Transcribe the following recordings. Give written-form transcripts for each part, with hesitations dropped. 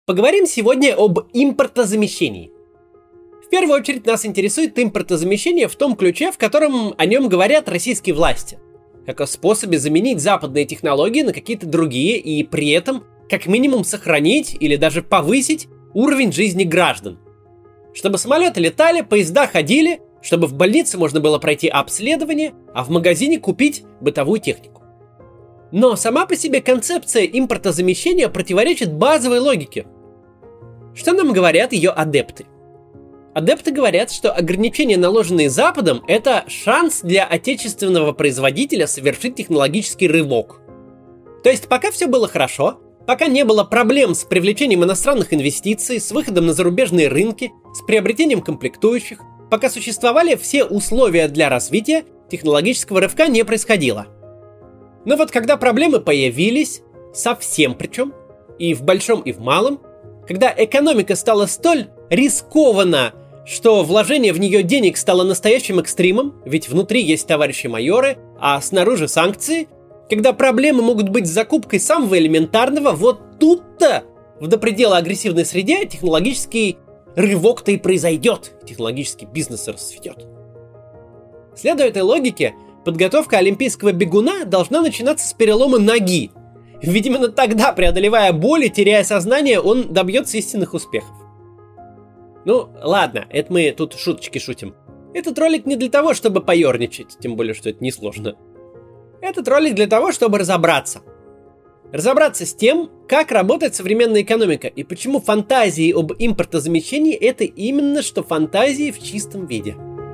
Поговорим сегодня об импортозамещении. В первую очередь нас интересует импортозамещение в том ключе, в котором о нем говорят российские власти, как о способе заменить западные технологии на какие-то другие и при этом как минимум сохранить или даже повысить уровень жизни граждан. Чтобы самолеты летали, поезда ходили, чтобы в больнице можно было пройти обследование, а в магазине купить бытовую технику. Но сама по себе концепция импортозамещения противоречит базовой логике. Что нам говорят ее адепты? Адепты говорят, что ограничения, наложенные Западом, это шанс для отечественного производителя совершить технологический рывок. То есть пока все было хорошо, пока не было проблем с привлечением иностранных инвестиций, с выходом на зарубежные рынки, с приобретением комплектующих, пока существовали все условия для развития, технологического рывка не происходило. Но вот когда проблемы появились, совсем причем, и в большом, и в малом, когда экономика стала столь рискована, что вложение в нее денег стало настоящим экстримом, ведь внутри есть товарищи майоры, а снаружи санкции, когда проблемы могут быть с закупкой самого элементарного, вот тут-то, в до предела агрессивной среде, технологический рывок-то и произойдет, технологический бизнес расцветет. Следуя этой логике, подготовка олимпийского бегуна должна начинаться с перелома ноги. Ведь именно тогда, преодолевая боль и теряя сознание, он добьется истинных успехов. Ну, ладно, это мы тут шуточки шутим. Этот ролик не для того, чтобы поерничать, тем более, что это несложно. Этот ролик для того, чтобы разобраться. Разобраться с тем, как работает современная экономика и почему фантазии об импортозамещении – это именно что фантазии в чистом виде.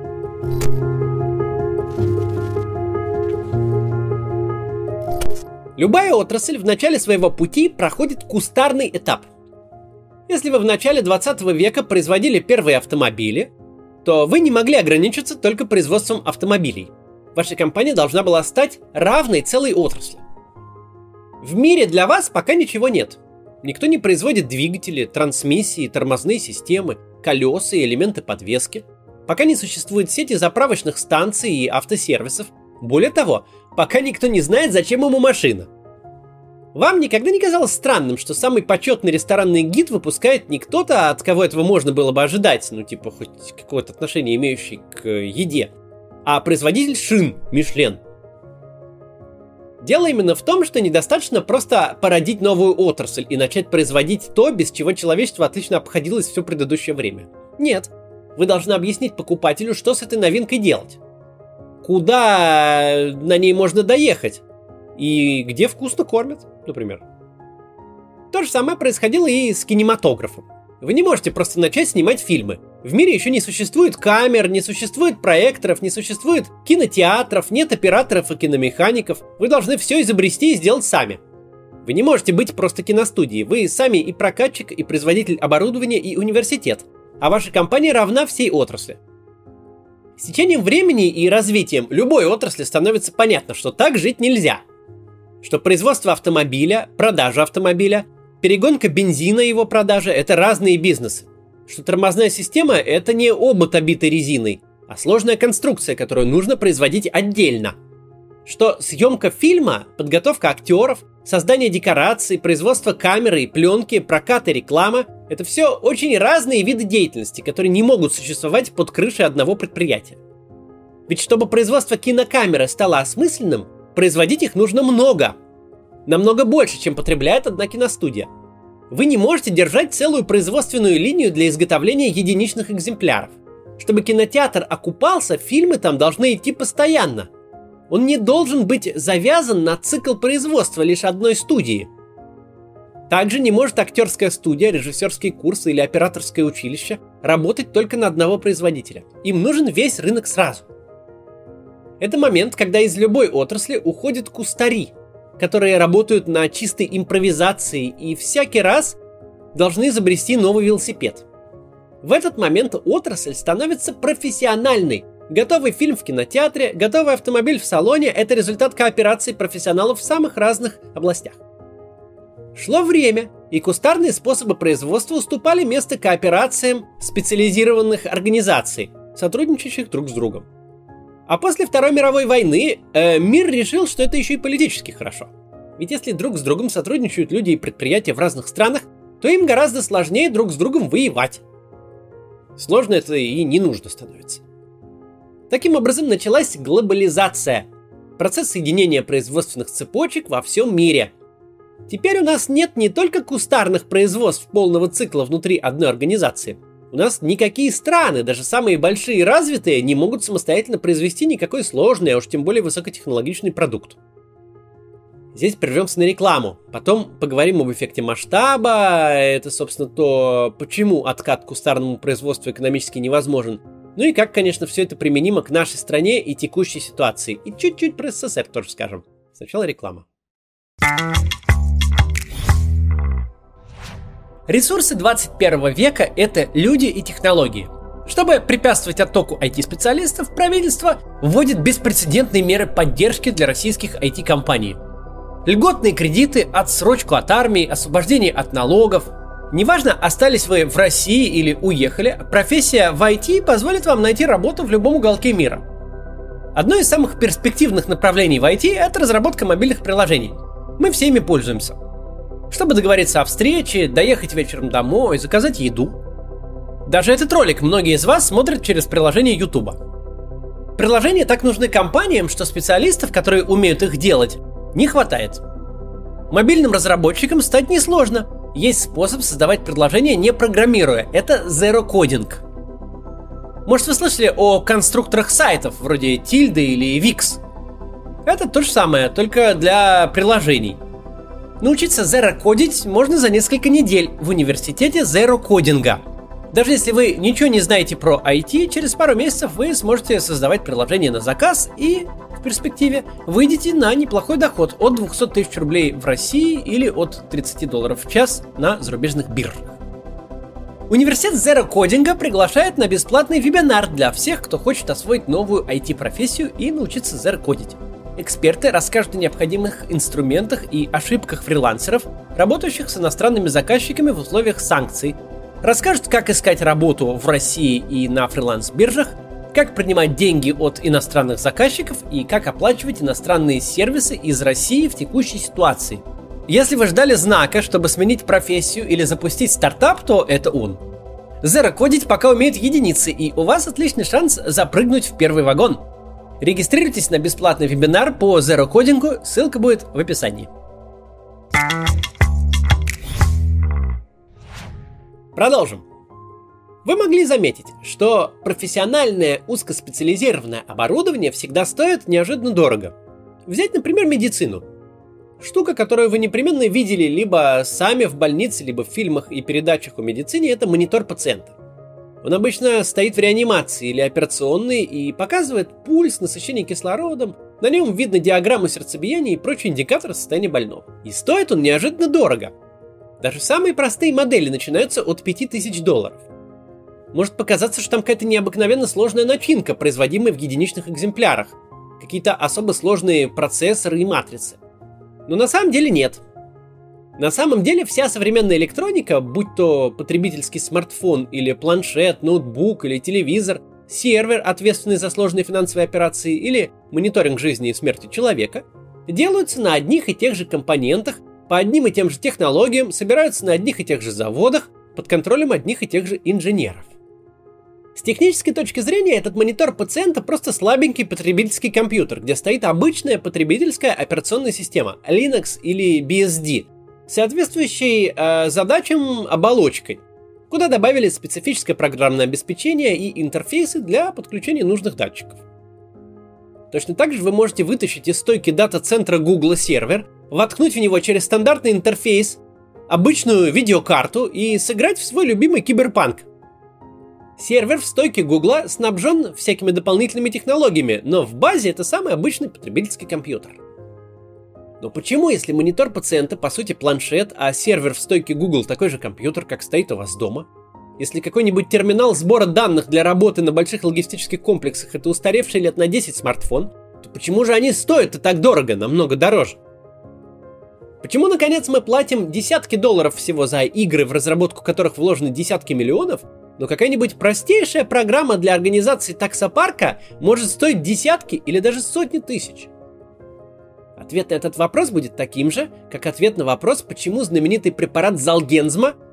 Любая отрасль в начале своего пути проходит кустарный этап. Если вы в начале 20 века производили первые автомобили, то вы не могли ограничиться только производством автомобилей. Ваша компания должна была стать равной целой отрасли. В мире для вас пока ничего нет. Никто не производит двигатели, трансмиссии, тормозные системы, колеса и элементы подвески. Пока не существует сети заправочных станций и автосервисов. Более того, пока никто не знает, зачем ему машина. Вам никогда не казалось странным, что самый почетный ресторанный гид выпускает не кто-то, от кого этого можно было бы ожидать, ну типа хоть какое-то отношение имеющий к еде, а производитель шин Мишлен? Дело именно в том, что недостаточно просто породить новую отрасль и начать производить то, без чего человечество отлично обходилось все предыдущее время. Нет, вы должны объяснить покупателю, что с этой новинкой делать. Куда на ней можно доехать? И где вкусно кормят, например. То же самое происходило и с кинематографом. Вы не можете просто начать снимать фильмы. В мире еще не существует камер, не существует проекторов, не существует кинотеатров, нет операторов и киномехаников. Вы должны все изобрести и сделать сами. Вы не можете быть просто киностудией. Вы сами и прокатчик, и производитель оборудования, и университет. А ваша компания равна всей отрасли. С течением времени и развитием любой отрасли становится понятно, что так жить нельзя. Что производство автомобиля, продажа автомобиля, перегонка бензина и его продажа – это разные бизнесы. Что тормозная система – это не обод, обитый резиной, а сложная конструкция, которую нужно производить отдельно. Что съемка фильма, подготовка актеров, создание декораций, производство камеры и пленки, прокат и реклама – это все очень разные виды деятельности, которые не могут существовать под крышей одного предприятия. Ведь чтобы производство кинокамеры стало осмысленным, производить их нужно много. Намного больше, чем потребляет одна киностудия. Вы не можете держать целую производственную линию для изготовления единичных экземпляров. Чтобы кинотеатр окупался, фильмы там должны идти постоянно. Он не должен быть завязан на цикл производства лишь одной студии. Также не может актерская студия, режиссерские курсы или операторское училище работать только на одного производителя. Им нужен весь рынок сразу. Это момент, когда из любой отрасли уходят кустари, которые работают на чистой импровизации и всякий раз должны изобрести новый велосипед. В этот момент отрасль становится профессиональной. Готовый фильм в кинотеатре, готовый автомобиль в салоне – это результат кооперации профессионалов в самых разных областях. Шло время, и кустарные способы производства уступали место кооперациям специализированных организаций, сотрудничающих друг с другом. А после Второй мировой войны мир решил, что это еще и политически хорошо. Ведь если друг с другом сотрудничают люди и предприятия в разных странах, то им гораздо сложнее друг с другом воевать. Сложно это и не нужно становится. Таким образом началась глобализация, процесс соединения производственных цепочек во всем мире. Теперь у нас нет не только кустарных производств полного цикла внутри одной организации. У нас никакие страны, даже самые большие и развитые, не могут самостоятельно произвести никакой сложный, а уж тем более высокотехнологичный продукт. Здесь прервемся на рекламу. Потом поговорим об эффекте масштаба. Это, собственно, то, почему откат к кустарному производству экономически невозможен. Ну и как, конечно, все это применимо к нашей стране и текущей ситуации. И чуть-чуть про СССР тоже скажем. Сначала реклама. Ресурсы 21 века – это люди и технологии. Чтобы препятствовать оттоку IT-специалистов, правительство вводит беспрецедентные меры поддержки для российских IT-компаний. Льготные кредиты, отсрочку от армии, освобождение от налогов. Неважно, остались вы в России или уехали, профессия в IT позволит вам найти работу в любом уголке мира. Одно из самых перспективных направлений в IT – это разработка мобильных приложений. Мы все ими пользуемся. Чтобы договориться о встрече, доехать вечером домой, заказать еду. Даже этот ролик многие из вас смотрят через приложение YouTube. Приложения так нужны компаниям, что специалистов, которые умеют их делать, не хватает. Мобильным разработчикам стать несложно. Есть способ создавать приложения, не программируя. Это Zero Coding. Может, вы слышали о конструкторах сайтов, вроде Tilda или Wix? Это то же самое, только для приложений. Научиться Zero Codить можно за несколько недель в университете Zero Coding. Даже если вы ничего не знаете про IT, через пару месяцев вы сможете создавать приложение на заказ и, в перспективе, выйдете на неплохой доход от 200 тысяч рублей в России или от $30 в час на зарубежных биржах. Университет Zero Coding приглашает на бесплатный вебинар для всех, кто хочет освоить новую IT-профессию и научиться Zero Codить. Эксперты расскажут о необходимых инструментах и ошибках фрилансеров, работающих с иностранными заказчиками в условиях санкций, расскажут, как искать работу в России и на фриланс-биржах, как принимать деньги от иностранных заказчиков и как оплачивать иностранные сервисы из России в текущей ситуации. Если вы ждали знака, чтобы сменить профессию или запустить стартап, то это он. Zero Codить пока умеют единицы, и у вас отличный шанс запрыгнуть в первый вагон. Регистрируйтесь на бесплатный вебинар по Zero Coding, ссылка будет в описании. Продолжим. Вы могли заметить, что профессиональное узкоспециализированное оборудование всегда стоит неожиданно дорого. Взять, например, медицину. Штука, которую вы непременно видели либо сами в больнице, либо в фильмах и передачах о медицине, это монитор пациента. Он обычно стоит в реанимации или операционной и показывает пульс, насыщение кислородом, на нем видно диаграмму сердцебиения и прочие индикаторы состояния больного. И стоит он неожиданно дорого. Даже самые простые модели начинаются от $5000. Может показаться, что там какая-то необыкновенно сложная начинка, производимая в единичных экземплярах. Какие-то особо сложные процессоры и матрицы. Но на самом деле нет. На самом деле вся современная электроника, будь то потребительский смартфон или планшет, ноутбук или телевизор, сервер, ответственный за сложные финансовые операции, или мониторинг жизни и смерти человека, делаются на одних и тех же компонентах, по одним и тем же технологиям, собираются на одних и тех же заводах, под контролем одних и тех же инженеров. С технической точки зрения этот монитор пациента просто слабенький потребительский компьютер, где стоит обычная потребительская операционная система Linux или BSD, соответствующей задачам оболочкой, куда добавили специфическое программное обеспечение и интерфейсы для подключения нужных датчиков. Точно так же вы можете вытащить из стойки дата-центра Google сервер, воткнуть в него через стандартный интерфейс обычную видеокарту и сыграть в свой любимый киберпанк. Сервер в стойке Google снабжен всякими дополнительными технологиями, но в базе это самый обычный потребительский компьютер. Но почему, если монитор пациента по сути планшет, а сервер в стойке Google такой же компьютер, как стоит у вас дома? Если какой-нибудь терминал сбора данных для работы на больших логистических комплексах это устаревший лет на 10 смартфон, то почему же они стоят-то так дорого, намного дороже? Почему, наконец, мы платим десятки долларов всего за игры, в разработку которых вложены десятки миллионов, но какая-нибудь простейшая программа для организации таксопарка может стоить десятки или даже сотни тысяч? Ответ на этот вопрос будет таким же, как ответ на вопрос, почему знаменитый препарат Золгенсма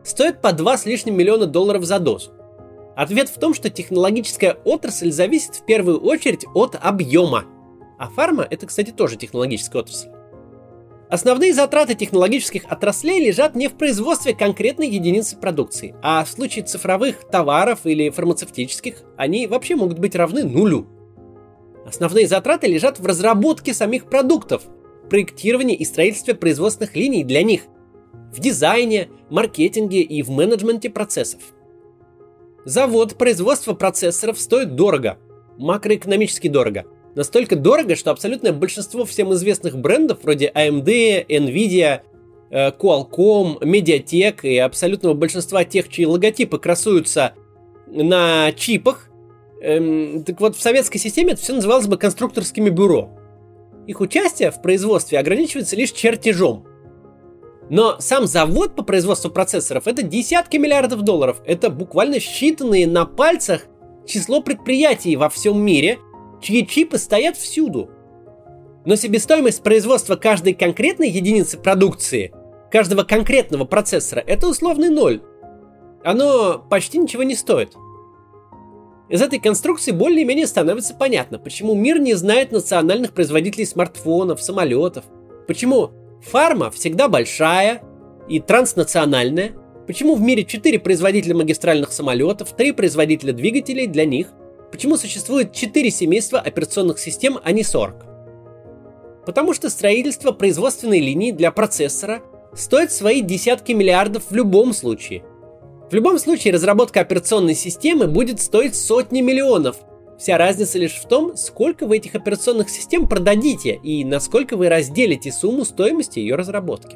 стоят по 2 с лишним миллиона долларов за дозу? Ответ в том, что технологическая отрасль зависит в первую очередь от объема. А фарма – это, кстати, тоже технологическая отрасль. Основные затраты технологических отраслей лежат не в производстве конкретной единицы продукции, а в случае цифровых товаров или фармацевтических они вообще могут быть равны нулю. Основные затраты лежат в разработке самих продуктов, проектировании и строительстве производственных линий для них, в дизайне, маркетинге и в менеджменте процессов. Завод производства процессоров стоит дорого, макроэкономически дорого. Настолько дорого, что абсолютное большинство всем известных брендов вроде AMD, Nvidia, Qualcomm, Mediatek и абсолютного большинства тех, чьи логотипы красуются на чипах, так вот в советской системе это все называлось бы конструкторскими бюро. Их участие в производстве ограничивается лишь чертежом. Но сам завод по производству процессоров это десятки миллиардов долларов. Это буквально считанные на пальцах число предприятий во всем мире, чьи чипы стоят всюду. Но себестоимость производства каждой конкретной единицы продукции, каждого конкретного процессора, это условный ноль. Оно почти ничего не стоит. Из этой конструкции более-менее становится понятно, почему мир не знает национальных производителей смартфонов, самолетов, почему фарма всегда большая и транснациональная, почему в мире 4 производителя магистральных самолетов, 3 производителя двигателей для них, почему существует 4 семейства операционных систем, а не 40. Потому что строительство производственной линии для процессора стоит свои десятки миллиардов в любом случае. В любом случае разработка операционной системы будет стоить сотни миллионов. Вся разница лишь в том, сколько вы этих операционных систем продадите и насколько вы разделите сумму стоимости ее разработки.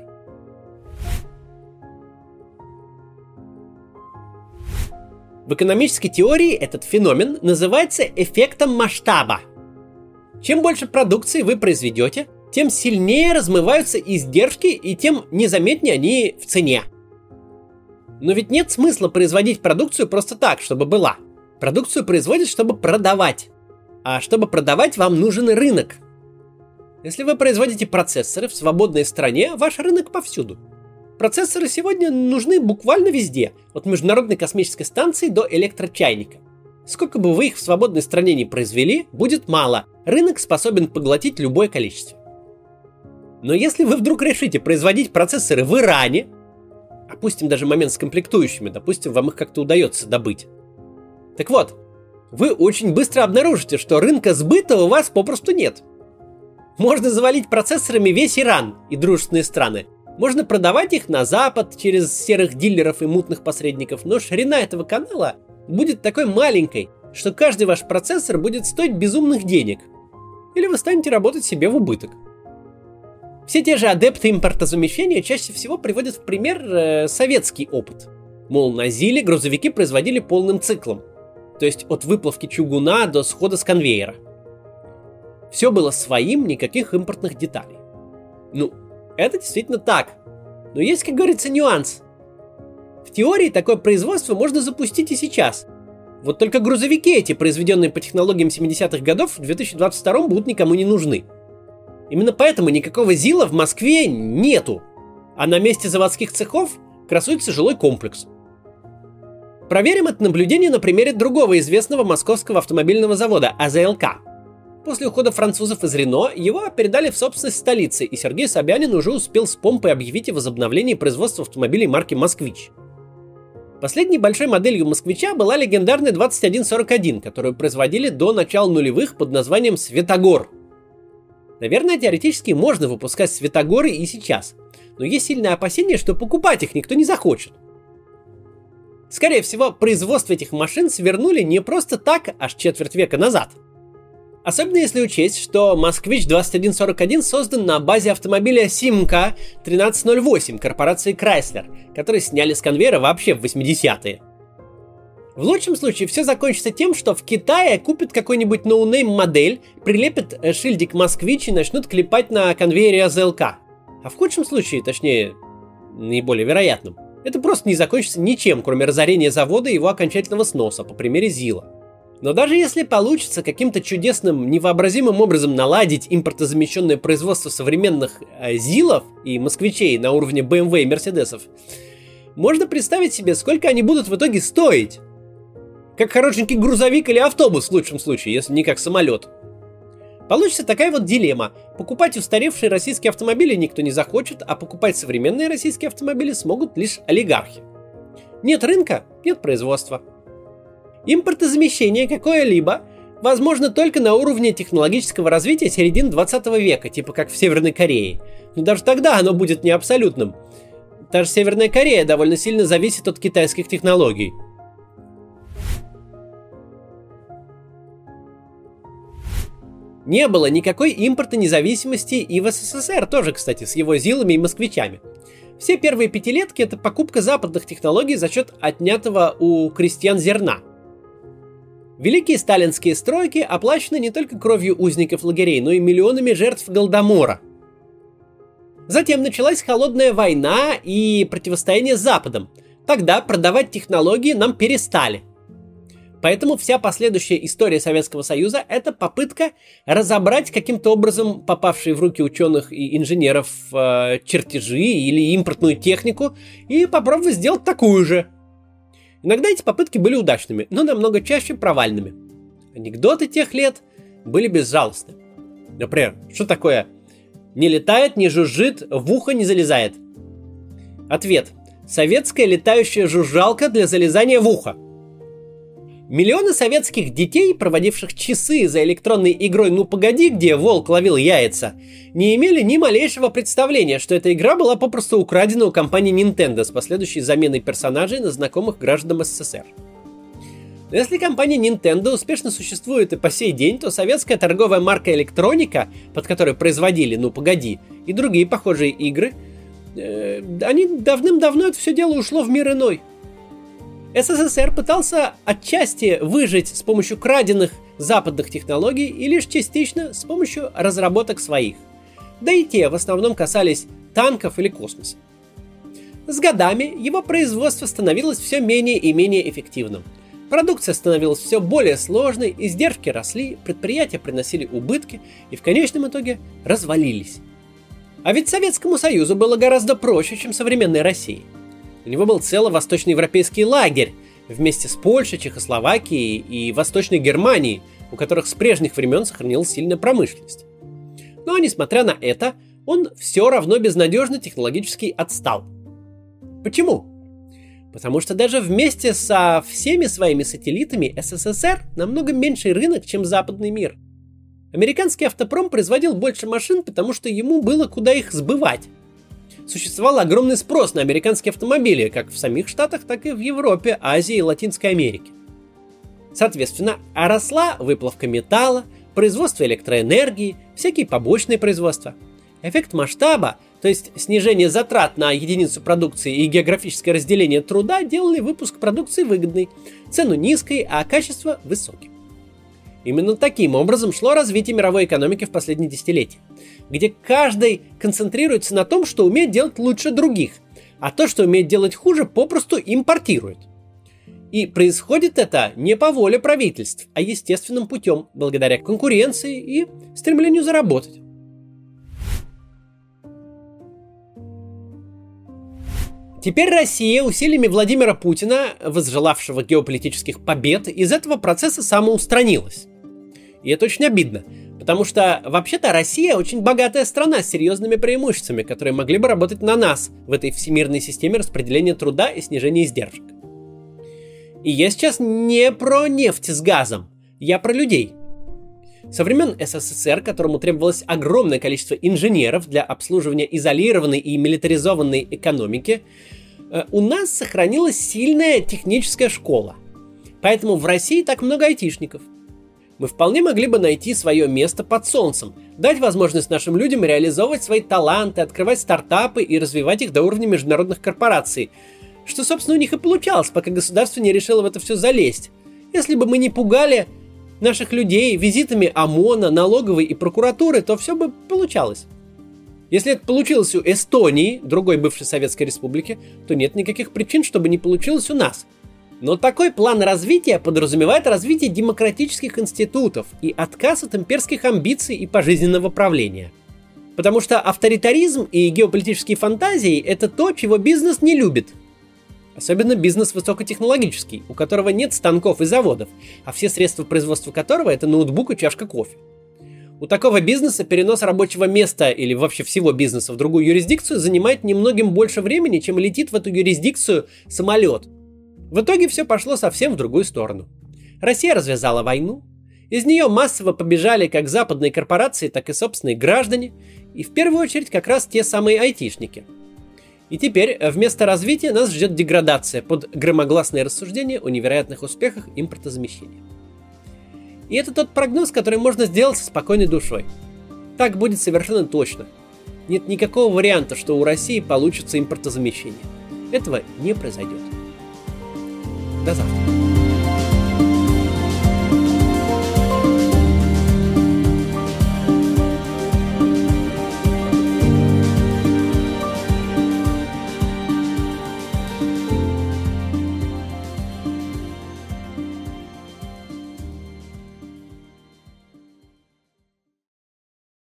В экономической теории этот феномен называется эффектом масштаба. Чем больше продукции вы произведете, тем сильнее размываются издержки и тем незаметнее они в цене. Но ведь нет смысла производить продукцию просто так, чтобы была. Продукцию производят, чтобы продавать. А чтобы продавать, вам нужен рынок. Если вы производите процессоры в свободной стране, ваш рынок повсюду. Процессоры сегодня нужны буквально везде, от Международной космической станции до электрочайника. Сколько бы вы их в свободной стране не произвели, будет мало. Рынок способен поглотить любое количество. Но если вы вдруг решите производить процессоры в Иране, опустим даже момент с комплектующими, допустим, вам их как-то удается добыть. Так вот, вы очень быстро обнаружите, что рынка сбыта у вас попросту нет. Можно завалить процессорами весь Иран и дружественные страны. Можно продавать их на Запад через серых дилеров и мутных посредников, но ширина этого канала будет такой маленькой, что каждый ваш процессор будет стоить безумных денег. Или вы станете работать себе в убыток. Все те же адепты импортозамещения чаще всего приводят в пример советский опыт. Мол, на ЗИЛе грузовики производили полным циклом, то есть от выплавки чугуна до схода с конвейера. Все было своим, никаких импортных деталей. Ну, это действительно так. Но есть, как говорится, нюанс. В теории такое производство можно запустить и сейчас. Вот только грузовики эти, произведенные по технологиям 70-х годов, в 2022 будут никому не нужны. Именно поэтому никакого ЗИЛа в Москве нету, а на месте заводских цехов красуется жилой комплекс. Проверим это наблюдение на примере другого известного московского автомобильного завода АЗЛК. После ухода французов из Рено его передали в собственность столицы, и Сергей Собянин уже успел с помпой объявить о возобновлении производства автомобилей марки «Москвич». Последней большой моделью «Москвича» была легендарная 2141, которую производили до начала нулевых под названием «Светогор». Наверное, теоретически можно выпускать Светогоры и сейчас, но есть сильное опасение, что покупать их никто не захочет. Скорее всего, производство этих машин свернули не просто так, аж четверть века назад. Особенно если учесть, что «Москвич 2141» создан на базе автомобиля Симка 1308 корпорации Chrysler, который сняли с конвейера вообще в 80-е. В лучшем случае все закончится тем, что в Китае купят какой-нибудь ноунейм модель, прилепят шильдик «Москвич» и начнут клепать на конвейере АЗЛК. А в худшем случае, точнее, наиболее вероятном, это просто не закончится ничем, кроме разорения завода и его окончательного сноса, по примере ЗИЛа. Но даже если получится каким-то чудесным, невообразимым образом наладить импортозамещенное производство современных ЗИЛов и москвичей на уровне BMW и Мерседесов, можно представить себе, сколько они будут в итоге стоить. Как хорошенький грузовик или автобус в лучшем случае, если не как самолет. Получится такая вот дилемма. Покупать устаревшие российские автомобили никто не захочет, а покупать современные российские автомобили смогут лишь олигархи. Нет рынка, нет производства. Импортозамещение какое-либо возможно только на уровне технологического развития середины 20 века, типа как в Северной Корее. Но даже тогда оно будет не абсолютным. Та же Северная Корея довольно сильно зависит от китайских технологий. Не было никакой импортонезависимости и в СССР тоже, кстати, с его ЗИЛами и москвичами. Все первые пятилетки – это покупка западных технологий за счет отнятого у крестьян зерна. Великие сталинские стройки оплачены не только кровью узников лагерей, но и миллионами жертв Голодомора. Затем началась холодная война и противостояние с Западом. Тогда продавать технологии нам перестали. Поэтому вся последующая история Советского Союза – это попытка разобрать каким-то образом попавшие в руки ученых и инженеров чертежи или импортную технику и попробовать сделать такую же. Иногда эти попытки были удачными, но намного чаще провальными. Анекдоты тех лет были безжалостны. Например, что такое «не летает, не жужжит, в ухо не залезает»? Ответ – советская летающая жужжалка для залезания в ухо. Миллионы советских детей, проводивших часы за электронной игрой «Ну погоди», где волк ловил яйца, не имели ни малейшего представления, что эта игра была попросту украдена у компании Nintendo с последующей заменой персонажей на знакомых граждан СССР. Но если компания Nintendo успешно существует и по сей день, то советская торговая марка «Электроника», под которой производили «Ну погоди» и другие похожие игры, они давным-давно это все дело ушло в мир иной. СССР пытался отчасти выжить с помощью краденных западных технологий и лишь частично с помощью разработок своих. Да и те в основном касались танков или космоса. С годами его производство становилось все менее и менее эффективным. Продукция становилась все более сложной, издержки росли, предприятия приносили убытки и в конечном итоге развалились. А ведь Советскому Союзу было гораздо проще, чем современной России. У него был целый восточноевропейский лагерь вместе с Польшей, Чехословакией и Восточной Германией, у которых с прежних времен сохранилась сильная промышленность. Но, несмотря на это, он все равно безнадежно технологически отстал. Почему? Потому что даже вместе со всеми своими сателлитами СССР намного меньший рынок, чем западный мир. Американский автопром производил больше машин, потому что ему было куда их сбывать. Существовал огромный спрос на американские автомобили, как в самих Штатах, так и в Европе, Азии и Латинской Америке. Соответственно, росла выплавка металла, производство электроэнергии, всякие побочные производства. Эффект масштаба, то есть снижение затрат на единицу продукции и географическое разделение труда, делали выпуск продукции выгодной, цену низкой, а качество высоким. Именно таким образом шло развитие мировой экономики в последние десятилетия, где каждый концентрируется на том, что умеет делать лучше других, а то, что умеет делать хуже, попросту импортирует. И происходит это не по воле правительств, а естественным путем, благодаря конкуренции и стремлению заработать. Теперь Россия усилиями Владимира Путина, возжелавшего геополитических побед, из этого процесса самоустранилась. И это очень обидно, потому что вообще-то Россия очень богатая страна с серьезными преимуществами, которые могли бы работать на нас в этой всемирной системе распределения труда и снижения издержек. И я сейчас не про нефть с газом, я про людей. Со времен СССР, которому требовалось огромное количество инженеров для обслуживания изолированной и милитаризованной экономики, у нас сохранилась сильная техническая школа. Поэтому в России так много айтишников. Мы вполне могли бы найти свое место под солнцем, дать возможность нашим людям реализовывать свои таланты, открывать стартапы и развивать их до уровня международных корпораций. Что, собственно, у них и получалось, пока государство не решило в это все залезть. Если бы мы не пугали наших людей визитами ОМОНа, налоговой и прокуратуры, то все бы получалось. Если это получилось у Эстонии, другой бывшей Советской Республики, то нет никаких причин, чтобы не получилось у нас. Но такой план развития подразумевает развитие демократических институтов и отказ от имперских амбиций и пожизненного правления. Потому что авторитаризм и геополитические фантазии – это то, чего бизнес не любит. Особенно бизнес высокотехнологический, у которого нет станков и заводов, а все средства производства которого – это ноутбук и чашка кофе. У такого бизнеса перенос рабочего места или вообще всего бизнеса в другую юрисдикцию занимает немногим больше времени, чем летит в эту юрисдикцию самолет. В итоге все пошло совсем в другую сторону. Россия развязала войну, из нее массово побежали как западные корпорации, так и собственные граждане, и в первую очередь как раз те самые айтишники. И теперь вместо развития нас ждет деградация под громогласные рассуждения о невероятных успехах импортозамещения. И это тот прогноз, который можно сделать со спокойной душой. Так будет совершенно точно. Нет никакого варианта, что у России получится импортозамещение. Этого не произойдет. До завтра.